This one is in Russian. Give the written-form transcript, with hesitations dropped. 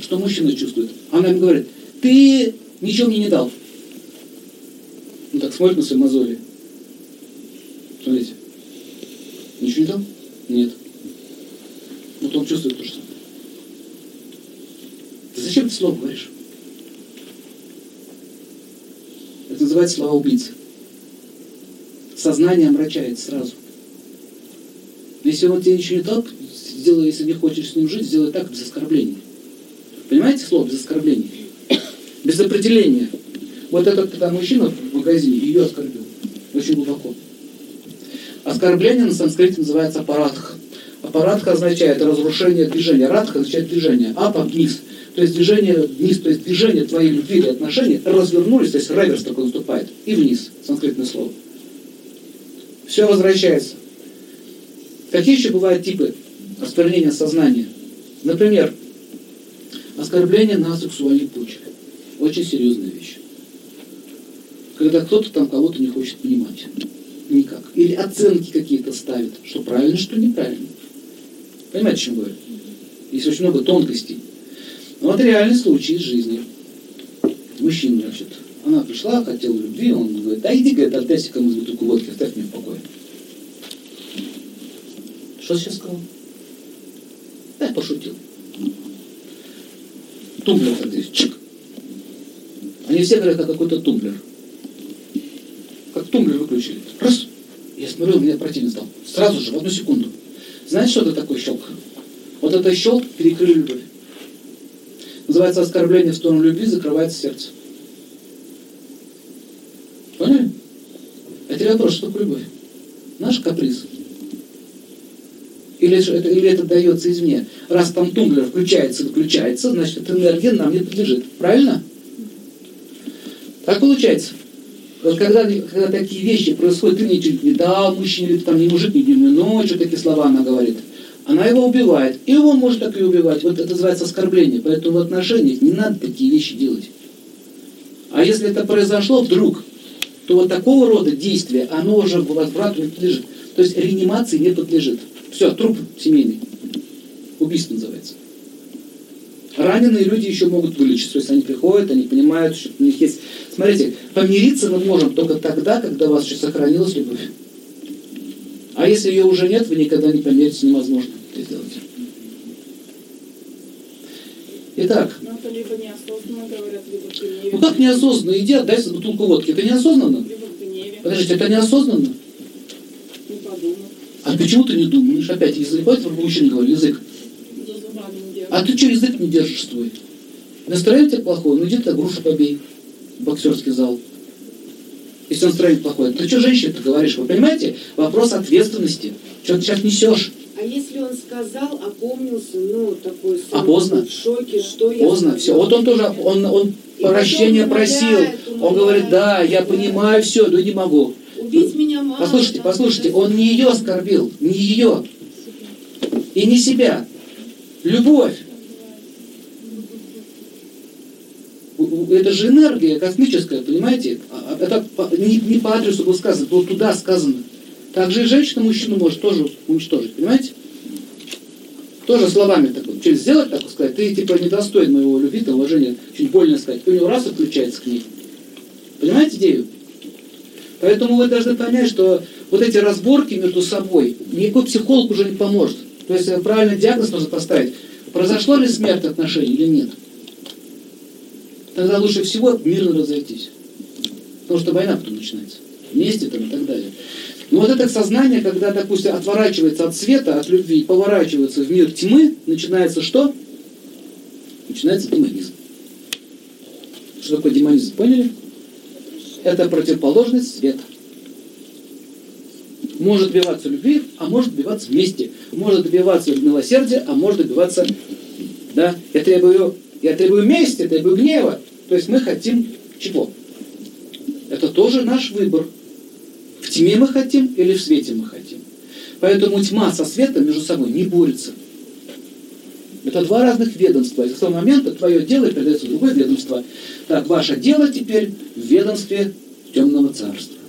что мужчина чувствует. Она ему говорит: ты ничего мне не дал. Он так смотрит на свои мозоли. Смотрите. Ничего не дал? Нет. Вот он чувствует то же самое. Ты зачем ты слово говоришь? Это называется слова убийцы. Сознание омрачает сразу. Если он тебе ничего не дал, сделай, если не хочешь с ним жить, сделай так, без оскорбления. Понимаете слово без оскорбления? Без определения. Вот этот когда мужчина в магазине ее оскорбил. Очень глубоко. Оскорбление на санскрите называется апарадха. Апарадха означает разрушение движения. Радха означает движение. Апа вниз. То есть движение вниз, то есть движение твоей любви или отношений развернулись, то есть реверс такой наступает. И вниз. Санскритное слово. Все возвращается. Какие еще бывают типы оскорбления сознания? Например, оскорбление на сексуальной почве. Очень серьезная вещь. Когда кто-то там кого-то не хочет понимать. Никак. Или оценки какие-то ставит, что правильно, что неправильно. Понимаете, о чем говорю? Есть очень много тонкостей. Но вот реальный случай из жизни. Мужчина, значит, она пришла, хотела любви, он говорит: да иди, говорит, отдайся кому-то бутылку водки, оставь меня в покое. Что сейчас сказал? Да, я пошутил. Тумблер так здесь, чик. Они все говорят, как какой-то тумблер. Как тумблер выключили. Раз. Я смотрю, меня противно стал. Сразу же, в одну секунду. Знаете, что это такое щелк? Вот это щелк перекрыли любовь. Называется оскорбление в сторону любви, закрывается сердце. Поняли? Это вопрос, что такое любовь? Наш каприз. Или это дается извне. Раз там тумблер включается, выключается, значит, эта энергия нам не подлежит. Правильно? Так получается. Вот когда такие вещи происходят, ты мне чуть не дал мужчине, или там не мужик, не дневной ночью, такие слова она говорит. Она его убивает. И он может так и убивать. Вот это называется оскорбление. Поэтому в отношениях не надо такие вещи делать. А если это произошло вдруг, то вот такого рода действие, оно уже возврату не подлежит. То есть реанимации не подлежит. Все, труп семейный. Убийство называется. Раненые люди еще могут вылечиться. То есть они приходят, они понимают, что у них есть... Смотрите, помириться мы можем только тогда, когда у вас еще сохранилась любовь. А если ее уже нет, вы никогда не помиритесь, невозможно это сделать. Итак. Но это либо неосознанно говорят, либо в гневе. Ну как неосознанно? Иди, отдай бутылку водки. Это неосознанно? Либо в гневе. Подождите, это неосознанно? Не подумал. А почему ты не думаешь? Опять язык. Давайте мужчина говорит, язык. За зубами не держит. А ты что язык не держишь свой? Настроение у тебя плохое, ну иди ты грушу побей. В боксерский зал. Если настроение плохое. Ты что женщине-то говоришь? Вы понимаете? Вопрос ответственности. Что ты сейчас несешь? А если он сказал, опомнился, ну, такой сам поздно? в шоке, что я Поздно. сказал? Все. Вот он тоже, он прощения просил. Он говорит, да, я понимаю все, но не могу. Убить меня мало. Послушайте, он не ее оскорбил, не ее. И не себя. Любовь. Это же энергия космическая, понимаете? Это не по адресу было сказано, было туда сказано. Так же и женщина мужчину может тоже уничтожить, понимаете? Тоже словами так вот, через сделать так сказать, ты типа недостоин моего любви, уважения, чуть больно сказать. И у него раз и включается к ней. Понимаете идею? Поэтому вы должны понять, что вот эти разборки между собой, никакой психолог уже не поможет. То есть правильный диагноз нужно поставить. Произошла ли смерть отношений или нет? Тогда лучше всего мирно разойтись. Потому что война потом начинается. Вместе там и так далее. Но вот это сознание, когда, допустим, отворачивается от света, от любви, поворачивается в мир тьмы, начинается что? Начинается демонизм. Что такое демонизм? Поняли? Это противоположность света. Может добиваться любви, а может добиваться вместе. Может добиваться милосердия, а может добиваться... Да? Я требую мести, я требую гнева. То есть мы хотим чего? Это тоже наш выбор. В тьме мы хотим или в свете мы хотим. Поэтому тьма со светом между собой не борются. Это два разных ведомства. И с того момента твое дело передается в другое ведомство. Так, ваше дело теперь в ведомстве темного царства.